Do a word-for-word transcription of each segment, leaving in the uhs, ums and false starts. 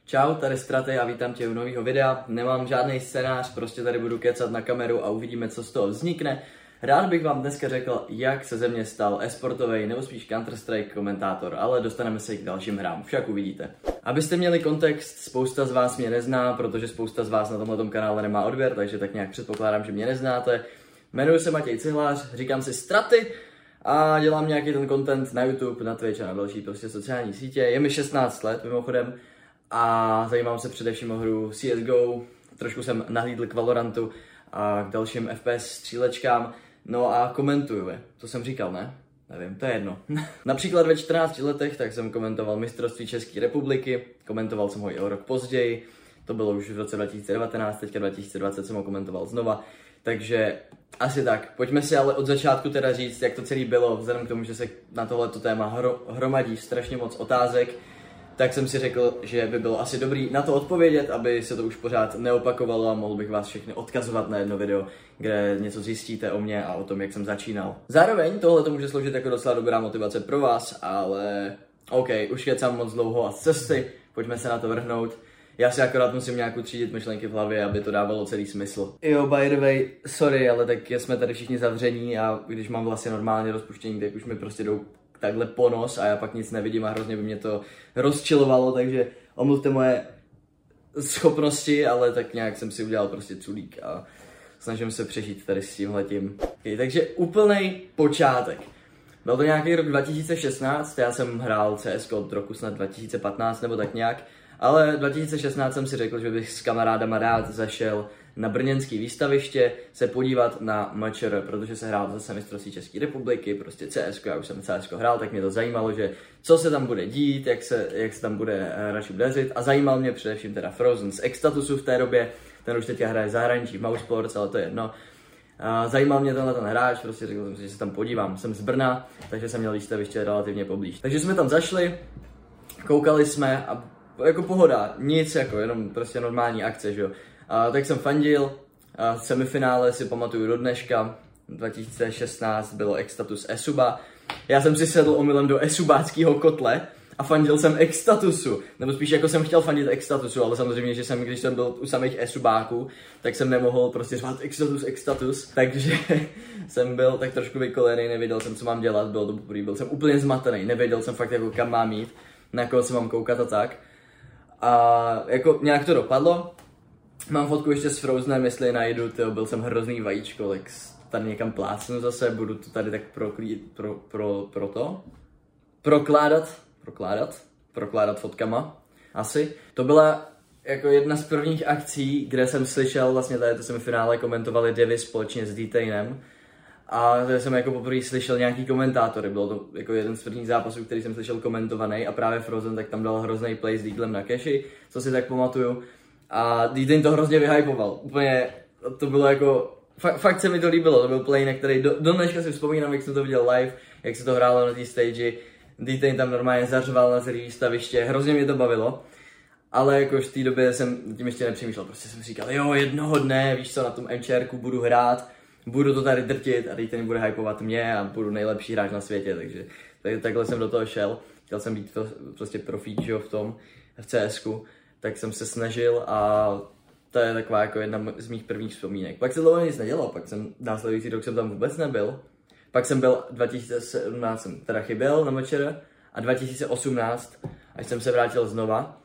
Čau, tady Straty a vítám tě u nového videa. Nemám žádný scénář, prostě tady budu kecat na kameru a uvidíme, co z toho vznikne. Rád bych vám dneska řekl, jak se ze mě stal esportovej nebo spíš Counter-Strike komentátor, ale dostaneme se i k dalším hrám, však uvidíte. Abyste měli kontext, spousta z vás mě nezná, protože spousta z vás na tomhletom kanále nemá odběr, takže tak nějak předpokládám, že mě neznáte. Jmenuji se Matěj Cihlář, říkám si Straty a dělám nějaký ten content na YouTube, na Twitch a na další prostě sociální sítě. Je mi šestnáct let mimochodem a zajímám se především o hru C S G O, trošku jsem nahlídl k Valorantu a k dalším F P S střílečkám. No a komentuju je, to jsem říkal, ne? Nevím, to je jedno. Například ve čtrnácti letech tak jsem komentoval mistrovství České republiky, komentoval jsem ho i o rok později, to bylo už v roce dva tisíce devatenáct, teďka dva tisíce dvacet jsem ho komentoval znova, takže asi tak. Pojďme si ale od začátku teda říct, jak to celé bylo, vzhledem k tomu, že se na tohleto téma hro, hromadí strašně moc otázek, tak jsem si řekl, že by bylo asi dobrý na to odpovědět, aby se to už pořád neopakovalo a mohl bych vás všechny odkazovat na jedno video, kde něco zjistíte o mě a o tom, jak jsem začínal. Zároveň tohle to může sloužit jako docela dobrá motivace pro vás, ale OK, už kecám moc dlouho a z cesty, pojďme se na to vrhnout. Já si akorát musím nějak utřídit myšlenky v hlavě, aby to dávalo celý smysl. Jo, by the way, sorry, ale tak jsme tady všichni zavření a když mám vlastně normálně rozpuštění, tak už mi prostě jdou takhle ponos a já pak nic nevidím a hrozně by mě to rozčilovalo, takže omluvte moje schopnosti, ale tak nějak jsem si udělal prostě culík a snažím se přežít tady s tímhletím. Okay, takže úplnej počátek. Byl to nějaký rok dva tisíce šestnáct, já jsem hrál C S od roku snad dva tisíce patnáct nebo tak nějak, ale dva tisíce šestnáct jsem si řekl, že bych s kamarádama rád zašel na brněnský výstaviště se podívat na M Č R, protože se hrál zase mistrovství České republiky, prostě C S, já už jsem C S hrál, tak mě to zajímalo, že co se tam bude dít, jak se, jak se tam bude hráči dařit a zajímal mě především teda Frozen z X-Statusu v té době, ten už teďka hraje zahraničí v Mousesports, ale to je jedno. Zajímal mě tenhle ten hráč, prostě řekl jsem si, že se tam podívám, jsem z Brna, takže jsem měl výstaviště relativně poblíž. Takže jsme tam zašli, koukali jsme a jako pohoda, nic jako, jenom prostě normální akce, že jo. A tak jsem fandil, a v semifinále si pamatuju do dneška, dva tisíce šestnáct bylo X-Status Esuba. Já jsem si sedl omylem do esubáckého kotle a fandil jsem X-Statusu, nebo spíš jako jsem chtěl fandit X-Statusu, ale samozřejmě, že jsem, když jsem byl u samých esubáků, tak jsem nemohl prostě řvát X-Status, X-Status, takže jsem byl tak trošku vykolený, nevěděl jsem, co mám dělat, bylo to poprvé, byl jsem úplně zmatený, nevěděl jsem fakt jako kam mám jít, na koho se mám koukat a tak. A jako nějak to dopadlo. Mám fotku ještě s Frozenem, jestli najdu, tyjo, byl jsem hrozný vajíčko, tak tady někam plácnu zase, budu to tady tak proklít, pro, pro, pro to, prokládat, prokládat, prokládat fotkama, asi. To byla jako jedna z prvních akcí, kde jsem slyšel, vlastně tady to semifinále komentovali Devy společně s D-Tainem, a tady jsem jako poprvé slyšel nějaký komentátory, bylo to jako jeden z prvních zápasů, který jsem slyšel komentovaný a právě Frozen tak tam dal hrozný play s Deaglem na cashi, co si tak pamatuju. A D-Tain to hrozně vyhypoval, úplně, to bylo jako, fakt, fakt se mi to líbilo, to byl play, na který do, do dneška si vzpomínám, jak jsem to viděl live, jak se to hrálo na té stage, D-Tain tam normálně zařval na celý výstaviště, hrozně mě to bavilo. Ale jakož v té době jsem tím ještě nepřemýšlel, prostě jsem si říkal, jo, jednoho dne, víš co, na tom MČRku budu hrát, budu to tady drtit a D-Tain bude hypovat mě a budu nejlepší hráč na světě, takže tak, takhle jsem do toho šel, chtěl jsem být to, prostě profík, že jo, v tom, v CSku. Tak jsem se snažil a to je taková jako jedna z mých prvních vzpomínek. Pak se dlouho nic nedělo, pak jsem následující rok jsem tam vůbec nebyl. Pak jsem byl dva tisíce sedmnáct, jsem teda chyběl na M Č R a dva tisíce osmnáct, až jsem se vrátil znova.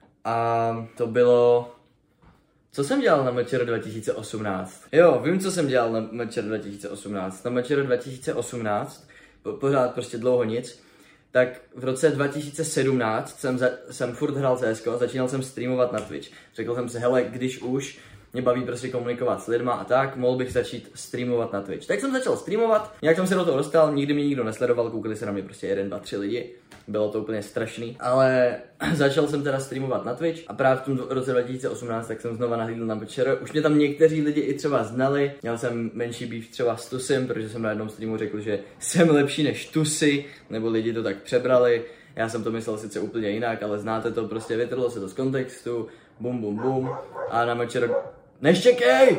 A to bylo... Co jsem dělal na M Č R dva tisíce osmnáct? Jo, vím, co jsem dělal na M Č R dva tisíce osmnáct. Na M Č R dva tisíce osmnáct, po, pořád prostě dlouho nic. Tak v roce dva tisíce sedmnáct jsem, za, jsem furt hrál C S ko, začínal jsem streamovat na Twitch. Řekl jsem si, hele, když už mě baví prostě komunikovat s lidma a tak, mohl bych začít streamovat na Twitch. Tak jsem začal streamovat, nějak jsem se do toho dostal, nikdy mě nikdo nesledoval, koukali se na mě prostě jeden, dva, tři lidi. Bylo to úplně strašný, ale začal jsem teda streamovat na Twitch a právě v tom roce dva tisíce osmnáct tak jsem znova nahlídl na M Č R. Už mě tam někteří lidi i třeba znali, měl jsem menší beef třeba s Tusym, protože jsem na jednom streamu řekl, že jsem lepší než Tusy, nebo lidi to tak přebrali. Já jsem to myslel sice úplně jinak, ale znáte to, prostě vytrhlo se to z kontextu, bum bum bum a na M Č R... Neštěkej!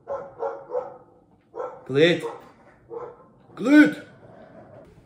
Klid! Klid!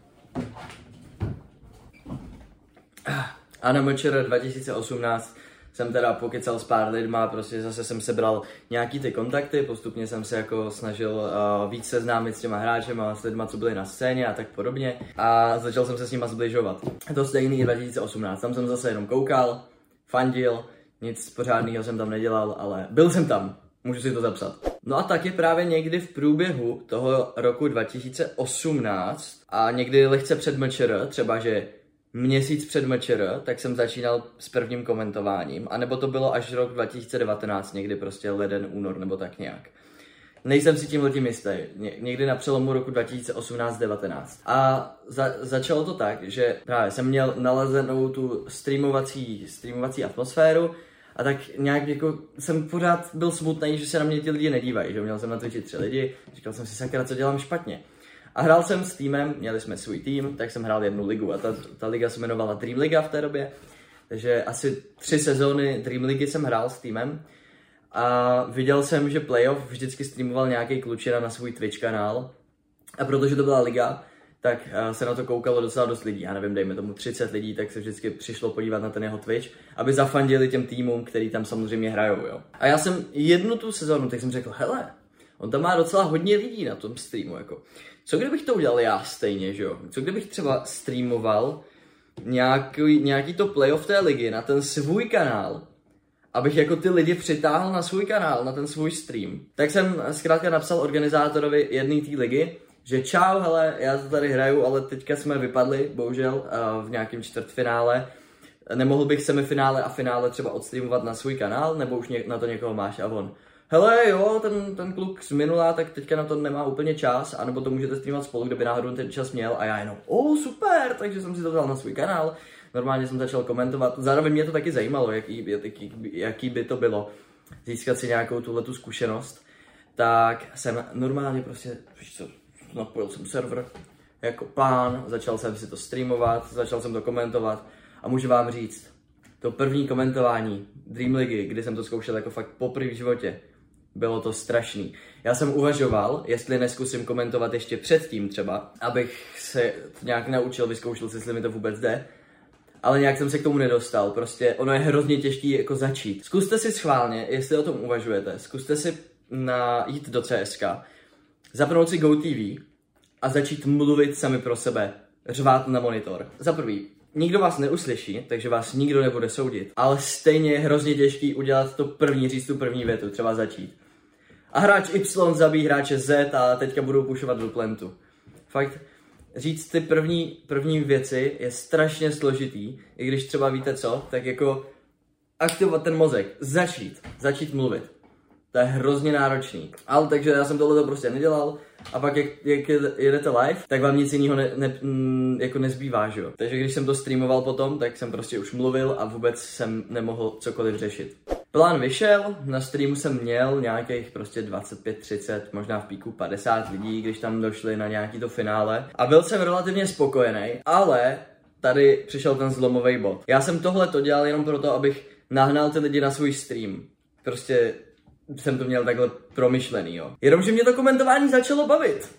A na M Č R dva tisíce osmnáct jsem teda pokecal s pár lidma, prostě zase jsem sebral nějaký ty kontakty, postupně jsem se jako snažil uh, víc seznámit s těma hráčema, s lidma, co byli na scéně a tak podobně a začal jsem se s nima zbližovat. To stejný dva tisíce osmnáct, tam jsem zase jenom koukal, fandil, nic pořádného jsem tam nedělal, ale byl jsem tam, můžu si to zapsat. No a taky právě někdy v průběhu toho roku dva tisíce osmnáct a někdy lehce před M Č R, třeba že měsíc před M Č R, tak jsem začínal s prvním komentováním, anebo to bylo až rok dva tisíce devatenáct, někdy prostě leden, únor nebo tak nějak. Nejsem si tímhletím jistý, Ně- někdy na přelomu roku dva tisíce osmnáct devatenáct. A za- začalo to tak, že právě jsem měl nalezenou tu streamovací, streamovací atmosféru a tak nějak jako jsem pořád byl smutný, že se na mě ti lidi nedívají, že měl jsem na Twitchi tři lidi, říkal jsem si sakra, co dělám špatně. A hrál jsem s týmem, měli jsme svůj tým, tak jsem hrál jednu ligu a ta, ta liga se jmenovala Dream Liga v té době, takže asi tři sezóny Dream Ligy jsem hrál s týmem a viděl jsem, že playoff vždycky streamoval nějaký klučina na svůj Twitch kanál a protože to byla liga, tak se na to koukalo docela dost lidí, já nevím, dejme tomu třicet lidí, tak se vždycky přišlo podívat na ten jeho Twitch, aby zafandili těm týmům, který tam samozřejmě hrajou, jo. A já jsem jednu tu sezónu, tak jsem řekl, hele, on tam má docela hodně lidí na tom streamu, jako. Co kdybych to udělal já stejně, že jo? Co kdybych třeba streamoval nějaký, nějaký to playoff té ligy na ten svůj kanál, abych jako ty lidi přitáhl na svůj kanál, na ten svůj stream. Tak jsem zkrátka napsal organizátorovi jedné té ligy, že čau, hele, já to tady hraju, ale teďka jsme vypadli, bohužel, v nějakém čtvrtfinále. Nemohl bych semifinále a finále třeba odstreamovat na svůj kanál, nebo už na to někoho máš a on. Hele, jo, ten, ten kluk z minula, tak teďka na to nemá úplně čas, anebo to můžete streamovat spolu, kdyby náhodou ten čas měl a já jenom, o, super, takže jsem si to dal na svůj kanál, normálně jsem začal komentovat, zároveň mě to taky zajímalo, jaký, jaký, jaký by to bylo získat si nějakou tuhletu zkušenost, tak jsem normálně prostě, víš co, napojil jsem server jako pán, začal jsem si to streamovat, začal jsem to komentovat a můžu vám říct, to první komentování Dream Ligy, kdy jsem to zkoušel jako fakt poprvé v životě, bylo to strašný. Já jsem uvažoval, jestli neskusím komentovat ještě předtím třeba, abych se nějak naučil, vyzkoušel si, jestli mi to vůbec jde, ale nějak jsem se k tomu nedostal, prostě ono je hrozně těžký jako začít. Zkuste si schválně, jestli o tom uvažujete, zkuste si na, jít do C S ka, zapnout si GoTV a začít mluvit sami pro sebe, řvát na monitor. Za prvý, nikdo vás neuslyší, takže vás nikdo nebude soudit, ale stejně je hrozně těžký udělat to první, říct tu první větu, třeba začít. A hráč Y zabíjí hráče Z a teďka budou pušovat do plentu. Fakt, říct ty první, první věci je strašně složitý, i když třeba víte co, tak jako aktivovat ten mozek, začít, začít mluvit. To je hrozně náročný. Ale takže já jsem tohle prostě nedělal a pak jak, jak jedete live, tak vám nic jiného ne, ne, jako nezbývá, že jo. Takže když jsem to streamoval potom, tak jsem prostě už mluvil a vůbec jsem nemohl cokoliv řešit. Plán vyšel, na streamu jsem měl nějakých prostě dvacet pět třicet, možná v píku padesát lidí, když tam došli na nějaký to finále. A byl jsem relativně spokojený, ale tady přišel ten zlomový bod. Já jsem tohle to dělal jenom proto, abych nahnal ty lidi na svůj stream. Prostě jsem to měl takhle promyšlený, jo. Jenomže mě to komentování začalo bavit.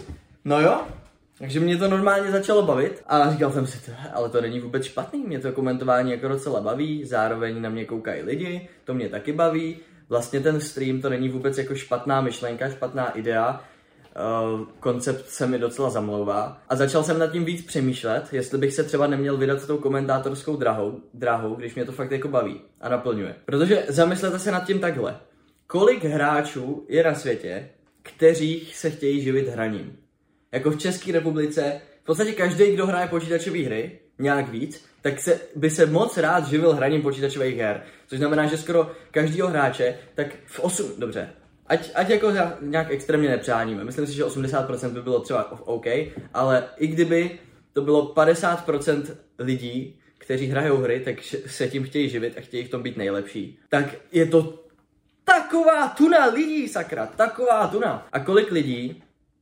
No jo, takže mě to normálně začalo bavit a říkal jsem si, ale to není vůbec špatný, mě to komentování jako docela baví, zároveň na mě koukají lidi, to mě taky baví, vlastně ten stream to není vůbec jako špatná myšlenka, špatná idea, uh, koncept se mi docela zamlouvá a začal jsem nad tím víc přemýšlet, jestli bych se třeba neměl vydat s tou komentátorskou drahou, drahou, když mě to fakt jako baví a naplňuje. Protože zamyslete se nad tím takhle. Kolik hráčů je na světě, kteří se chtějí živit hraním? Jako v České republice, v podstatě každý, kdo hraje počítačové hry, nějak víc, tak se, by se moc rád živil hraním počítačových her. Což znamená, že skoro každýho hráče, tak v osm, dobře, ať, ať jako nějak extrémně nepřáníme. Myslím si, že osmdesát procent by bylo třeba OK, ale i kdyby to bylo padesát procent lidí, kteří hrajou hry, tak se tím chtějí živit a chtějí v tom být nejlepší. Tak je to taková tuna lidí, sakra, taková tuna. A kolik lidí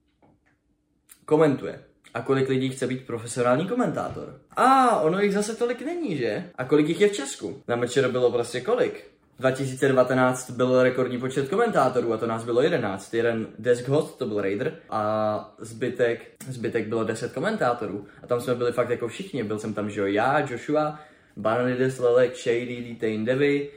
komentuje? A kolik lidí chce být profesionální komentátor? A ono jich zase tolik není, že? A kolik jich je v Česku? Na M Č R bylo prostě kolik? dva tisíce devatenáct byl rekordní počet komentátorů a to nás bylo jedenáct. Jeden desk host, to byl Raider, a zbytek, zbytek bylo deset komentátorů. A tam jsme byli fakt jako všichni. Byl jsem tam, že jo, já, Joshua, Bananides, Lelek, Shady, Detain Devi,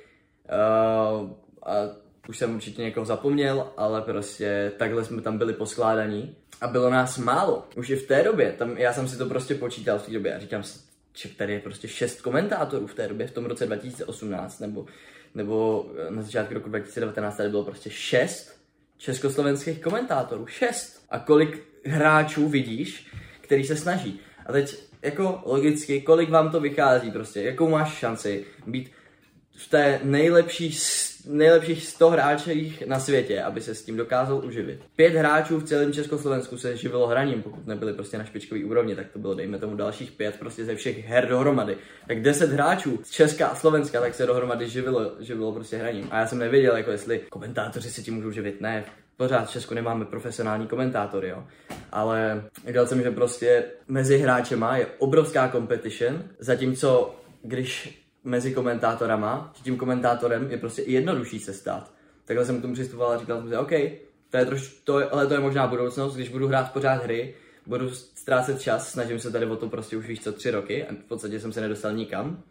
uh, a už jsem určitě někoho zapomněl, ale prostě takhle jsme tam byli poskládaní a bylo nás málo. Už i v té době, tam já jsem si to prostě počítal v té době a říkám si, že tady je prostě šest komentátorů v té době, v tom roce dva tisíce osmnáct, nebo, nebo na začátku roku dva tisíce devatenáct tady bylo prostě šest československých komentátorů. Šest. A kolik hráčů vidíš, který se snaží. A teď jako logicky, kolik vám to vychází prostě, jakou máš šanci být v té nejlepší, nejlepších sto hráčích na světě, aby se s tím dokázal uživit. Pět hráčů v celém Československu se živilo hraním, pokud nebyli prostě na špičkový úrovni, tak to bylo dejme tomu dalších pět prostě ze všech her dohromady. Tak deset hráčů z Česka a Slovenska tak se dohromady živilo, živilo prostě hraním. A já jsem nevěděl, jako jestli komentátoři si tím můžou živit, ne. Pořád v Česku nemáme profesionální komentátory, jo. Ale viděl jsem, že prostě mezi hráčema je obrovská competition, zatímco když mezi komentátorama, že tím komentátorem je prostě i jednodušší se stát. Takhle jsem k tomu přistupoval a říkal jsem si, OK, to je troš, to je, ale to je možná budoucnost, když budu hrát pořád hry, budu ztrácet čas, snažím se tady o to prostě už víš co tři roky a v podstatě jsem se nedostal nikam,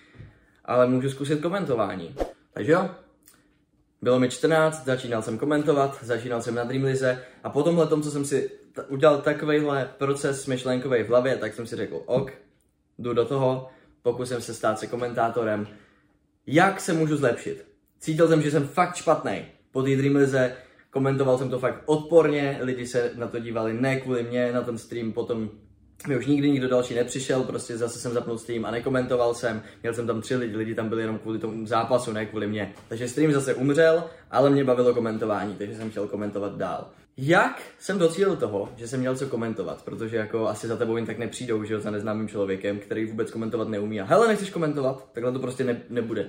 ale můžu zkusit komentování. Takže jo, bylo mi čtrnáct, začínal jsem komentovat, začínal jsem na Dream Lize a po tomhle tom, co jsem si t- udělal takovejhle proces myšlenkový v hlavě, tak jsem si řekl, ok, jdu do toho, pokusím se stát se komentátorem. Jak se můžu zlepšit? Cítil jsem, že jsem fakt špatný. Po té Dream Lize komentoval jsem to fakt odporně, lidi se na to dívali ne kvůli mě, na ten stream potom mi už nikdy nikdo další nepřišel, prostě zase jsem zapnul stream a nekomentoval jsem, měl jsem tam tři lidi, lidi tam byli jenom kvůli tomu zápasu, ne kvůli mě. Takže stream zase umřel, ale mě bavilo komentování, takže jsem chtěl komentovat dál. Jak jsem docílil toho, že jsem měl co komentovat, protože jako asi za tebou jen tak nepřijdou, že jo, za neznámým člověkem, který vůbec komentovat neumí a hele, nechceš komentovat, takhle to prostě ne, nebude.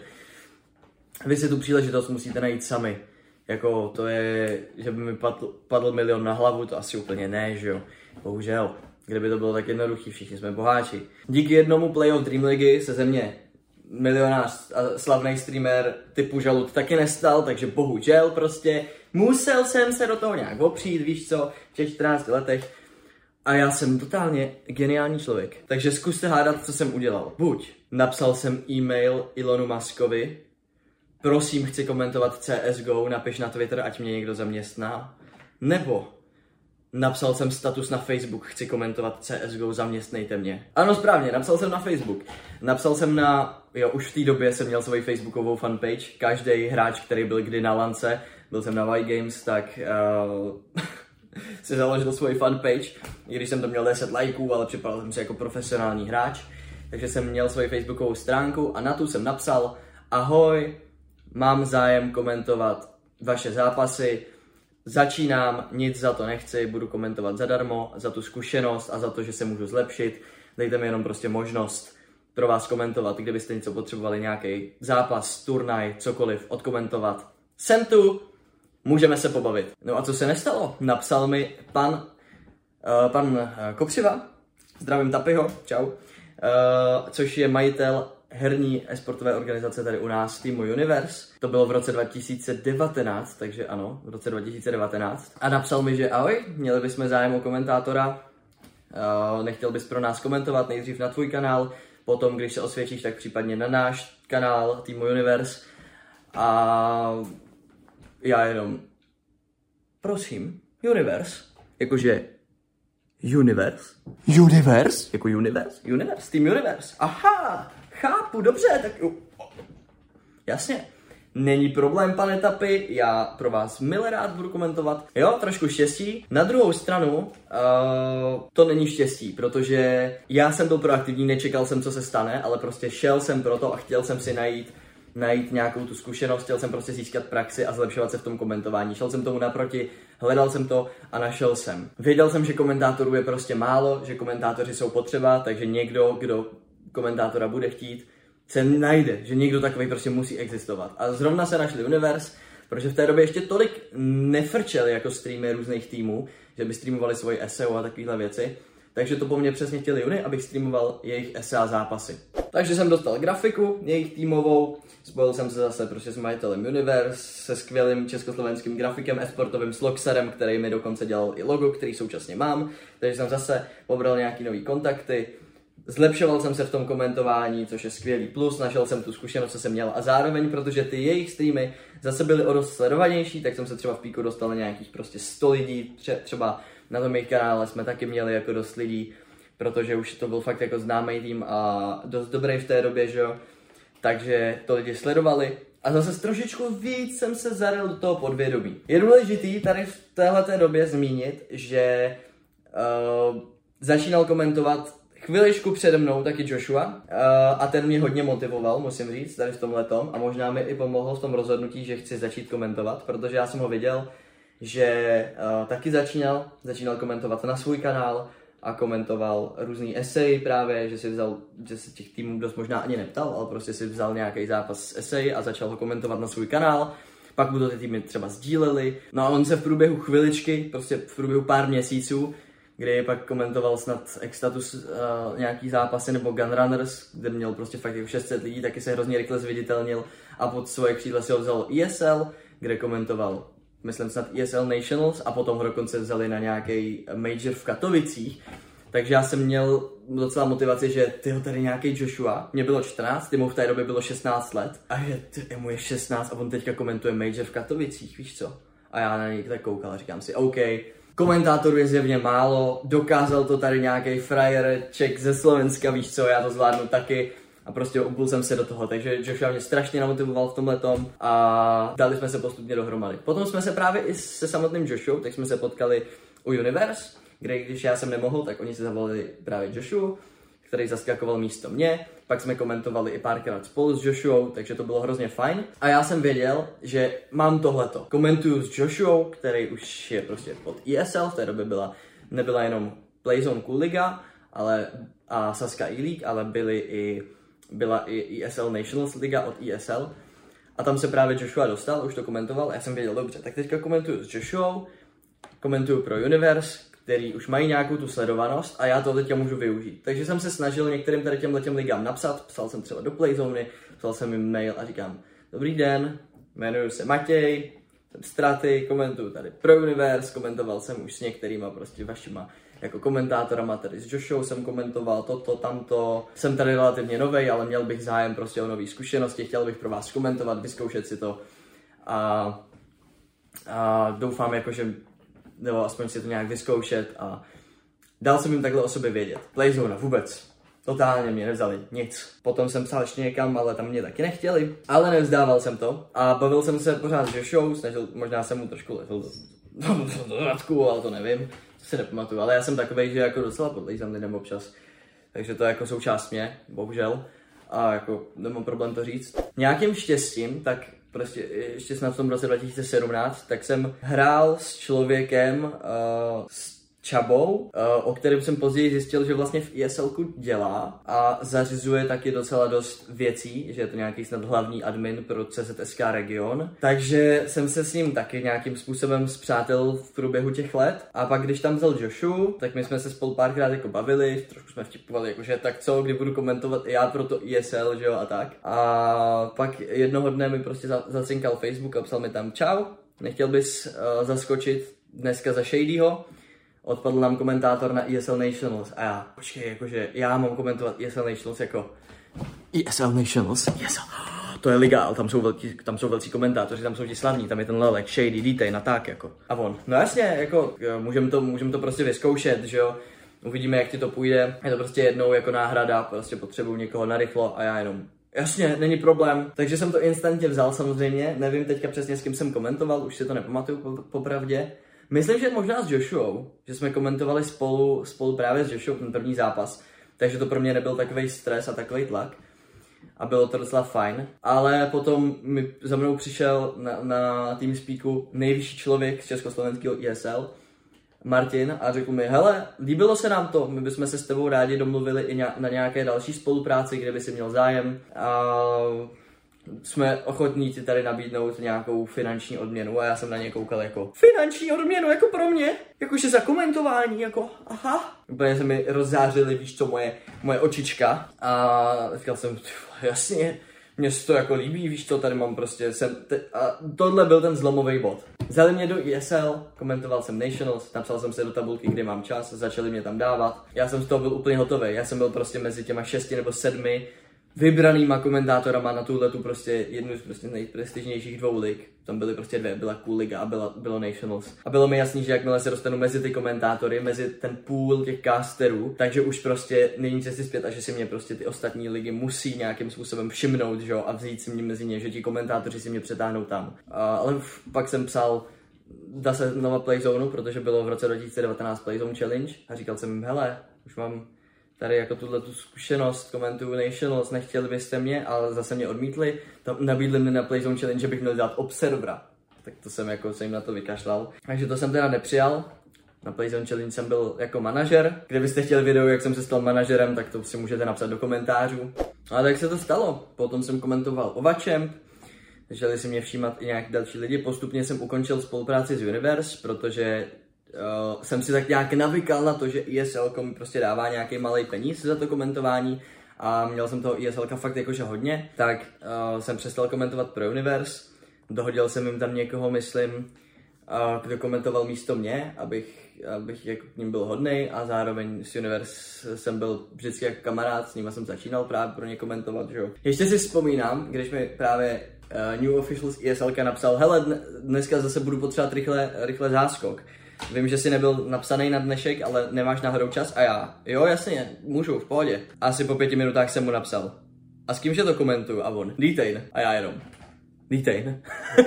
Vy si tu příležitost musíte najít sami. Jako to je, že by mi padl, padl milion na hlavu, to asi úplně ne, že jo, bohužel. Kdyby to bylo tak jednoduchý, všichni jsme boháči. Díky jednomu playoff Dream Ligy se ze mě milionář a slavný streamer typu Žalud taky nestal, takže bohužel prostě musel jsem se do toho nějak opřít, víš co, v těch čtrnácti letech. A já jsem totálně geniální člověk. Takže zkuste hádat, co jsem udělal. Buď napsal jsem e-mail Elonu Muskovi, prosím, chci komentovat C S G O, napiš na Twitter, ať mě někdo zaměstná. Nebo napsal jsem status na Facebook, chci komentovat C S G O, zaměstnejte mě. Ano, správně, napsal jsem na Facebook. Napsal jsem na, jo, už v té době jsem měl svoji facebookovou fanpage. Každý hráč, který byl kdy na lance, byl jsem na White Games, tak uh, si založil svoji fanpage. I když jsem tam měl deset lajků, ale připadal jsem si jako profesionální hráč. Takže jsem měl svoji facebookovou stránku a na tu jsem napsal: ahoj, mám zájem komentovat vaše zápasy. Začínám, nic za to nechci, budu komentovat zadarmo, za tu zkušenost a za to, že se můžu zlepšit. Dejte mi jenom prostě možnost pro vás komentovat, kdybyste něco potřebovali, nějaký zápas, turnaj, cokoliv, odkomentovat. Jsem tu, můžeme se pobavit. No a co se nestalo? Napsal mi pan, uh, pan uh, Kopřiva, zdravím Tapyho, čau, uh, což je majitel herní esportové organizace tady u nás, týmu Universe. To bylo v roce dva tisíce devatenáct, takže ano, v roce dva tisíce devatenáct. A napsal mi, že ahoj, měli bychom zájem o komentátora, uh, nechtěl bys pro nás komentovat, nejdřív na tvůj kanál, potom, když se osvědčíš, tak případně na náš kanál, týmu Universe. A já jenom, prosím, Universe, jakože Universe? Universe? Jako Universe? Universe, Team Universe. Aha, chápu, dobře, tak jasně. Není problém, pane Tapy, já pro vás milé rád budu komentovat. Jo, trošku štěstí. Na druhou stranu, uh, to není štěstí, protože já jsem byl proaktivní, nečekal jsem, co se stane, ale prostě šel jsem pro to a chtěl jsem si najít najít nějakou tu zkušenost, chtěl jsem prostě získat praxi a zlepšovat se v tom komentování. Šel jsem tomu naproti, hledal jsem to a našel jsem. Věděl jsem, že komentátorů je prostě málo, že komentátoři jsou potřeba, takže někdo, kdo komentátora bude chtít, se najde, že někdo takový prostě musí existovat. A zrovna se našli Universe, protože v té době ještě tolik nefrčeli jako streamy různých týmů, že by streamovali svoji S E O a takovéhle věci. Takže to po mně přesně chtěli Uni, abych streamoval jejich S E A zápasy. Takže jsem dostal grafiku, jejich týmovou, spojil jsem se zase prostě s majitelem Universe, se skvělým československým grafikem, esportovým Sloxerem, který mi dokonce dělal i logo, který současně mám. Takže jsem zase pobral nějaký nový kontakty, Zlepšoval jsem se v tom komentování, což je skvělý plus, našel jsem tu zkušenost, co jsem měl a zároveň, protože ty jejich streamy zase byly o dost sledovanější, tak jsem se třeba v píku dostal na nějakých prostě sto lidí, třeba na tom jejich kanále jsme taky měli jako dost lidí, protože už to byl fakt jako známý tým a dost dobrý v té době, že jo, takže to lidi sledovali. A zase trošičku víc jsem se zaril do toho podvědomí. Je důležitý tady v téhleté době zmínit, že uh, začínal komentovat chviličku přede mnou taky Joshua uh, a ten mě hodně motivoval, musím říct, tady v tomhletom a možná mi i pomohl v tom rozhodnutí, že chci začít komentovat, protože já jsem ho viděl, že uh, taky začínal, začínal komentovat na svůj kanál a komentoval různý eseji právě, že si vzal, že se těch týmů dost možná ani neptal, ale prostě si vzal nějaký zápas z eseji a začal ho komentovat na svůj kanál. Pak mu to ty týmy třeba sdíleli. No a on se v průběhu chviličky, prostě v průběhu pár měsíců, kdy pak komentoval snad X-Status uh, nějaký zápasy nebo Gunrunners, kde měl prostě fakt jako šest set lidí, taky se hrozně rychle zviditelnil a pod svoje křídla si ho vzal E S L, kde komentoval, myslím snad E S L Nationals a potom ho dokonce vzali na nějaký major v Katovicích. Takže já jsem měl docela motivaci, že tyho tady nějaký Joshua, mě bylo čtrnáct, ty mu v té době bylo šestnáct let a že ty, mu je šestnáct a on teďka komentuje major v Katovicích, víš co? A já na něj tak koukal a říkám si, OK, komentátorů je zjevně málo, dokázal to tady nějaký frajereček ze Slovenska, víš co, já to zvládnu taky. A prostě upul jsem se do toho, takže Joshua mě strašně namotivoval v tomhletom a dali jsme se postupně dohromady. Potom jsme se právě i se samotným Joshua, tak jsme se potkali u Universe, kde když já jsem nemohl, tak oni se zavolali právě Joshua, který zaskakoval místo mě. Pak jsme komentovali i párkrát spolu s Joshua, takže to bylo hrozně fajn. A já jsem věděl, že mám tohleto. Komentuju s Joshua, který už je prostě pod E S L, v té době byla, nebyla jenom Playzone Cool Liga, ale a Saska E-League, ale byly i byla i E S L Nationals Liga od E S L a tam se právě Joshua dostal, už to komentoval a já jsem věděl, dobře, tak teďka komentuju s Joshua, komentuju pro Universe, který už mají nějakou tu sledovanost a já to teďka můžu využít. Takže jsem se snažil některým tady těmhle těm ligám napsat, psal jsem třeba do Playzony, psal jsem jim mail a říkám, dobrý den, jmenuji se Matěj, jsem Straty, komentuju tady pro Universe, komentoval jsem už s některýma prostě vašima jako komentátorama, tady s Joshou jsem komentoval toto, tamto. Jsem tady relativně novej, ale měl bych zájem prostě o nové zkušenosti, chtěl bych pro vás komentovat, vyzkoušet si to a, a doufám jako, že nebo aspoň si to nějak vyzkoušet a dal jsem jim takhle o sobě vědět. Playzone vůbec. Totálně mě nevzali nic. Potom jsem psal ještě někam, ale tam mě taky nechtěli. Ale nevzdával jsem to a bavil jsem se pořád s Joshou, snažil, možná jsem mu trošku lezl do dodatku, ale to nevím. Si nepamatuju, ale já jsem takovej, že jako docela podlejzám lidem občas. Takže to je jako součást mě, bohužel. A jako nemám problém to říct. Nějakým štěstím, tak prostě ještě snad v tom roce dva tisíce sedmnáct, tak jsem hrál s člověkem, uh, s Čabou, uh, o kterém jsem později zjistil, že vlastně v ESLku dělá a zařizuje taky docela dost věcí, že je to nějaký snad hlavní admin pro C Z S K region. Takže jsem se s ním taky nějakým způsobem spřátel v průběhu těch let. A pak když tam vzal Joshua, tak my jsme se spolu párkrát jako bavili, trošku jsme vtipovali, jakože tak co, kdy budu komentovat já pro to E S L, že jo, a tak. A pak jednoho dne mi prostě zacinkal Facebook a psal mi tam čau, nechtěl bys uh, zaskočit dneska za Shadyho. Odpadl nám komentátor na E S L Nationals a já, počkej, jakože já mám komentovat E S L Nationals jako E S L Nationals, E S L, to je liga, ale tam jsou velký, tam jsou velcí komentátoři, tam jsou ti slavní, tam je ten Lelek, Shady, Dítej, na tak jako. A on, no jasně, jako můžeme to, můžem to prostě vyzkoušet, že jo, uvidíme, jak ti to půjde, je to prostě jednou jako náhrada, prostě potřebuju někoho narychlo a já jenom, jasně, není problém. Takže jsem to instantně vzal samozřejmě, nevím teďka přesně s kým jsem komentoval, už si to nepamatuju popravdě. Myslím, že možná s Joshua, že jsme komentovali spolu, spolu právě s Joshua ten první zápas, takže to pro mě nebyl takovej stres a takovej tlak a bylo to docela fajn, ale potom mi za mnou přišel na, na TeamSpeaku nejvyšší člověk z československého E S L, Martin, a řekl mi, hele, líbilo se nám to, my bychom se s tebou rádi domluvili i na nějaké další spolupráci, kde by si měl zájem a jsme ochotní ti tady nabídnout nějakou finanční odměnu a já jsem na ně koukal jako finanční odměnu jako pro mě, jakože za komentování, jako aha. Úplně se mi rozzářily, víš co, moje, moje očička a říkal jsem, jasně, mně se to jako líbí, víš co, tady mám prostě, jsem, te, a tohle byl ten zlomový bod. Vzali mě do E S L, komentoval jsem Nationals, napsal jsem se do tabulky, kde mám čas, začali mě tam dávat. Já jsem z toho byl úplně hotový, já jsem byl prostě mezi těma šesti nebo sedmi vybranýma komentátorama na tuhletu prostě jednu z prostě nejprestižnějších dvou lig. Tam byly prostě dvě, byla Cool Liga a byla, bylo Nationals. A bylo mi jasný, že jakmile se dostanu mezi ty komentátory, mezi ten půl těch casterů, takže už prostě není cesty zpět a že si mě prostě ty ostatní ligy musí nějakým způsobem všimnout, že jo, a vzít si mě mezi ně, že ti komentátoři si mě přetáhnou tam. A, ale pak jsem psal, dá se znova Playzone, protože bylo v roce dva tisíce devatenáct Playzone Challenge a říkal jsem jim, hele, už mám tady jako tuhle tu zkušenost, komentuju Nationals, nechtěli byste mě, ale zase mě odmítli, tam nabídli mi na Playzone Challenge, že bych měl dát observera. Tak to jsem jako se jim na to vykašlal. Takže to jsem teda nepřijal. Na Playzone Challenge jsem byl jako manažer. Kdybyste chtěli video, jak jsem se stal manažerem, tak to si můžete napsat do komentářů. A tak se to stalo. Potom jsem komentoval Ovachamp. Začali si mě všímat i nějaký další lidi. Postupně jsem ukončil spolupráci s Universe, protože Uh, jsem si tak nějak navykal na to, že E S L mi prostě dává nějaký malý peníz za to komentování a měl jsem toho E S L fakt jakože hodně, tak uh, jsem přestal komentovat pro Universe, dohodil jsem jim tam někoho, myslím, uh, kdo komentoval místo mě, abych, abych jako k ním byl hodnej a zároveň s Universe jsem byl vždycky jako kamarád, s nima jsem začínal právě pro ně komentovat, že jo. Ještě si vzpomínám, když mi právě uh, New Officials E S L napsal, hele, dneska zase budu potřebovat rychle, rychle záskok. Vím, že jsi nebyl napsaný na dnešek, ale nemáš náhodou čas a já. Jo, jasně, můžu, v pohodě. Asi po pěti minutách jsem mu napsal. A s kýmže to komentuju? A on, Detain. A já jenom. Detain.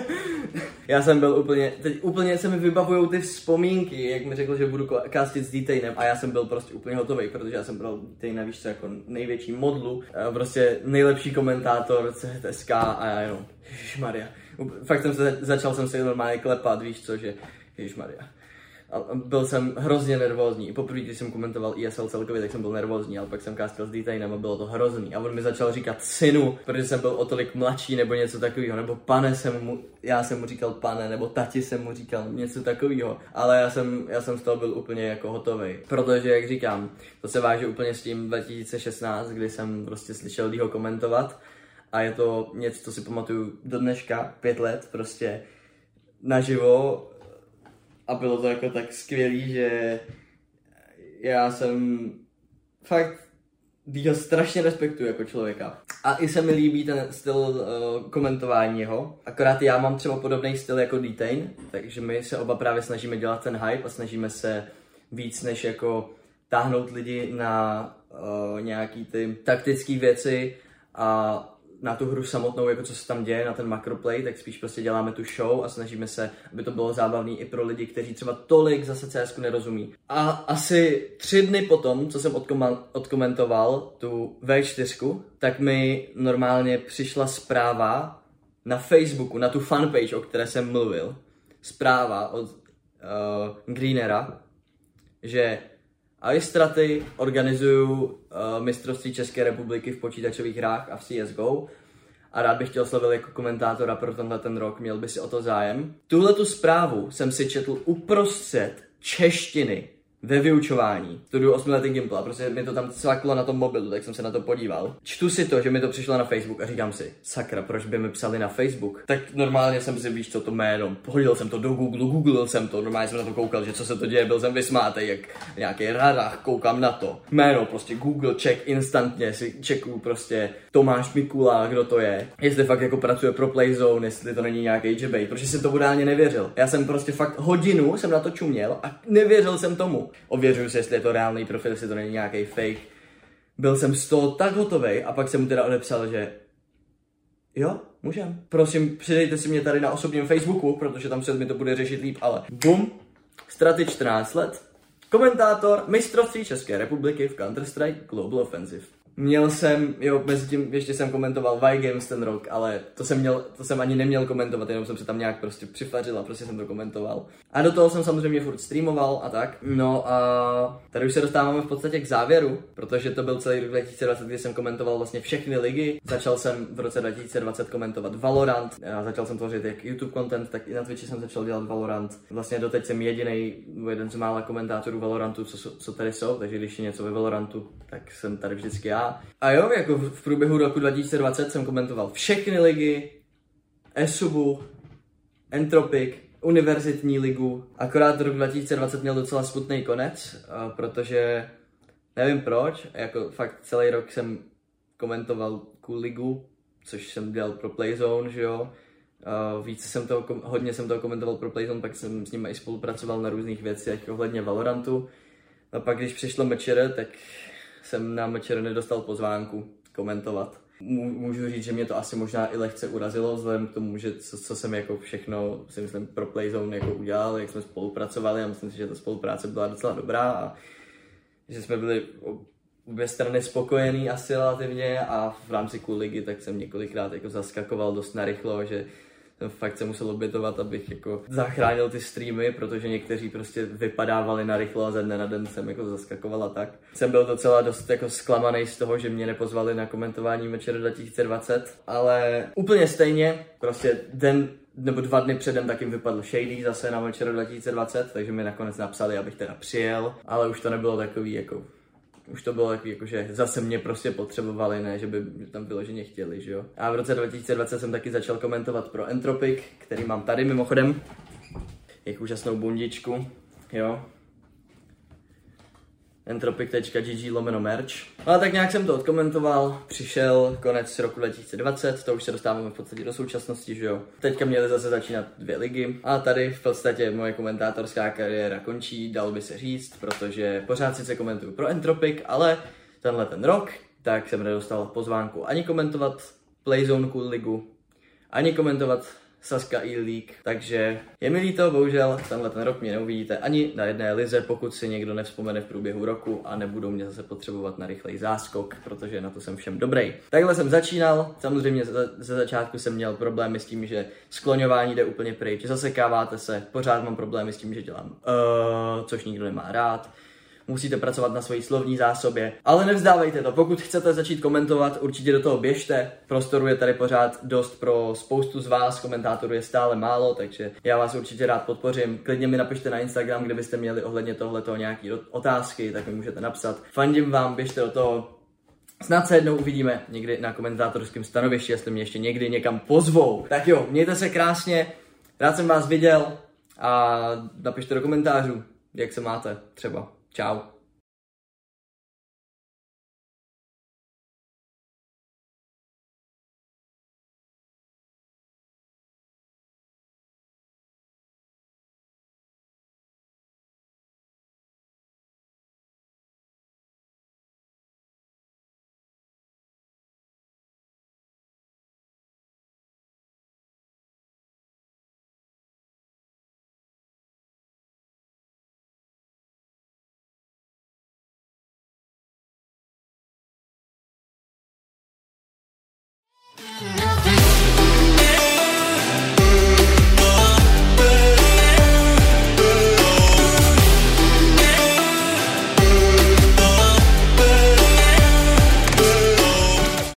Já jsem byl úplně, teď úplně se mi vybavujou ty vzpomínky, jak mi řekl, že budu castit s Detainem a já jsem byl prostě úplně hotový, protože já jsem bral Detaina, víš co, jako největší modlu, prostě nejlepší komentátor C H T S K a já jenom, ježišmarja. Fakt jsem se, začal jsem se normálně klepat, víš co, že ježišmarja. A byl jsem hrozně nervózní. Poprvé, když jsem komentoval E S L celkově, tak jsem byl nervózní, ale pak jsem castil s Detainem a bylo to hrozný. A on mi začal říkat synu, protože jsem byl o tolik mladší nebo něco takového, nebo pane jsem mu, já jsem mu říkal pane, nebo tati jsem mu říkal něco takového. Ale já jsem, já jsem z toho byl úplně jako hotový. Protože, jak říkám, to se váže úplně s tím dva tisíce šestnáct, kdy jsem prostě slyšel Leeho komentovat. A je to něco, co si pamatuju do dneška, pět let prostě naživo. A bylo to jako tak skvělý, že já jsem fakt ho strašně respektuju jako člověka. A i se mi líbí ten styl uh, komentování jeho. Akorát já mám třeba podobný styl jako Detain, takže my se oba právě snažíme dělat ten hype a snažíme se víc než jako táhnout lidi na uh, nějaký ty taktické věci a na tu hru samotnou, jako co se tam děje, na ten macroplay, tak spíš prostě děláme tu show a snažíme se, aby to bylo zábavný i pro lidi, kteří třeba tolik zase C S ku nerozumí. A asi tři dny potom, co jsem odkoma- odkomentoval tu V čtyři, tak mi normálně přišla zpráva na Facebooku, na tu fanpage, o které jsem mluvil, zpráva od uh, Greenera, že Aistraty organizují uh, mistrovství České republiky v počítačových hrách a v C S G O a rád bych tě oslovil jako komentátora pro tenhle ten rok, měl by si o to zájem. Tuhle tu zprávu jsem si četl uprostřed češtiny ve vyučování. Studuju osmiletý Gimple a prostě mi to tam cvaklo na tom mobilu, tak jsem se na to podíval. Čtu si to, že mi to přišlo na Facebook a říkám si, sakra, proč by mi psali na Facebook? Tak normálně jsem si, víš co, to jméno, pohodil jsem to do Google, googlil jsem to, normálně jsem na to koukal, že co se to děje, byl jsem vysmátej, jak nějaký radách, koukám na to. Jméno, prostě Google check instantně, si checkuju prostě Tomáš Mikula, kdo to je, jestli fakt jako pracuje pro Playzone, jestli to není nějaký džebej, protože jsem to reálně nevěřil. Já jsem prostě fakt hodinu jsem na to čuměl a nevěřil jsem tomu. Ověřuju si, jestli je to reálný profil, jestli to není nějaký fake. Byl jsem z toho tak hotovej a pak jsem mu teda odepsal, že jo, můžem. Prosím, přidejte si mě tady na osobním Facebooku, protože tam se mi to bude řešit líp, ale bum, Straty čtrnáct let, komentátor mistrovství České republiky v Counter-Strike Global Offensive. Měl jsem, jo, mezi tím ještě jsem komentoval Y-Games ten rok, ale to jsem, měl, to jsem ani neměl komentovat, jenom jsem se tam nějak prostě přifařil a prostě jsem to komentoval. A do toho jsem samozřejmě furt streamoval a tak. No a tady už se dostáváme v podstatě k závěru, protože to byl celý rok dva tisíce dvacet, kdy jsem komentoval vlastně všechny ligy. Začal jsem v roce dva tisíce dvacet komentovat Valorant, a začal jsem tvořit jak YouTube content, tak i na Twitchi jsem začal dělat Valorant. Vlastně doteď jsem jedinej, jeden z mála komentátorů Valorantu, co, co tady jsou, takže když je něco ve Valorantu, tak jsem tady vždycky já. A jo, jako v průběhu roku dva tisíce dvacet jsem komentoval všechny ligy, eSubu, Entropic, univerzitní ligu. Akorát rok dva tisíce dvacet měl docela smutný konec, protože nevím proč, jako fakt celý rok jsem komentoval Cool ligu, což jsem dělal pro Playzone, že jo. Uh, více jsem toho, hodně jsem toho komentoval pro Playzone, pak jsem s nimi i spolupracoval na různých věcech ohledně Valorantu. A pak když přišlo M Č R, tak jsem na M Č R nedostal pozvánku komentovat. Můžu říct, že mě to asi možná i lehce urazilo, vzhledem k tomu, že co, co jsem jako všechno, si myslím, pro Playzone jako udělal, jak jsme spolupracovali a myslím si, že ta spolupráce byla docela dobrá a že jsme byli obě strany spokojený asi relativně a v rámci Cool ligy tak jsem několikrát jako zaskakoval dost narychlo, že fakt se musel obětovat, abych jako zachránil ty streamy, protože někteří prostě vypadávali narychlo a ze dne na den jsem jako zaskakoval a tak. Jsem byl docela dost jako zklamaný z toho, že mě nepozvali na komentování M Č R dva tisíce dvacet, ale úplně stejně, prostě den nebo dva dny předem taky vypadl Shady zase na M Č R dva tisíce dvacet, takže mi nakonec napsali, abych teda přijel, ale už to nebylo takový jako Už to bylo takový, jako, že zase mě prostě potřebovali, ne, že by tam vyloženě chtěli, že jo. A v roce dva tisíce dvacet jsem taky začal komentovat pro Entropic, který mám tady mimochodem. Jak úžasnou bundičku, jo. entropic tečka g g lomeno merch. Ale tak nějak jsem to odkomentoval, přišel konec roku dva tisíce dvacet, to už se dostáváme v podstatě do současnosti, že jo. Teďka měly zase začínat dvě ligy a tady v podstatě moje komentátorská kariéra končí, dalo by se říct, protože pořád sice komentuju pro Entropic, ale tenhle ten rok, tak jsem nedostal pozvánku ani komentovat Playzone Cool ligu, ani komentovat Sazka E-League, takže je mi líto, bohužel tenhle ten rok mě neuvidíte ani na jedné lize, pokud si někdo nevzpomene v průběhu roku a nebudou mě zase potřebovat na rychlej záskok, protože na to jsem všem dobrý. Takhle jsem začínal, samozřejmě ze začátku jsem měl problémy s tím, že skloňování jde úplně pryč, zasekáváte se, pořád mám problémy s tím, že dělám uh, což nikdo nemá rád. Musíte pracovat na své slovní zásobě, ale nevzdávejte to. Pokud chcete začít komentovat, určitě do toho běžte. Prostoru je tady pořád dost pro spoustu z vás, komentátorů je stále málo, takže já vás určitě rád podpořím. Klidně mi napište na Instagram, kdybyste měli ohledně tohletoho nějaké otázky, tak mi můžete napsat. Fandím vám, běžte do toho. Snad se jednou uvidíme někdy na komentátorském stanovišti, jestli mě ještě někdy někam pozvou. Tak jo, mějte se krásně, rád jsem vás viděl a napište do komentářů, jak se máte třeba. Čau.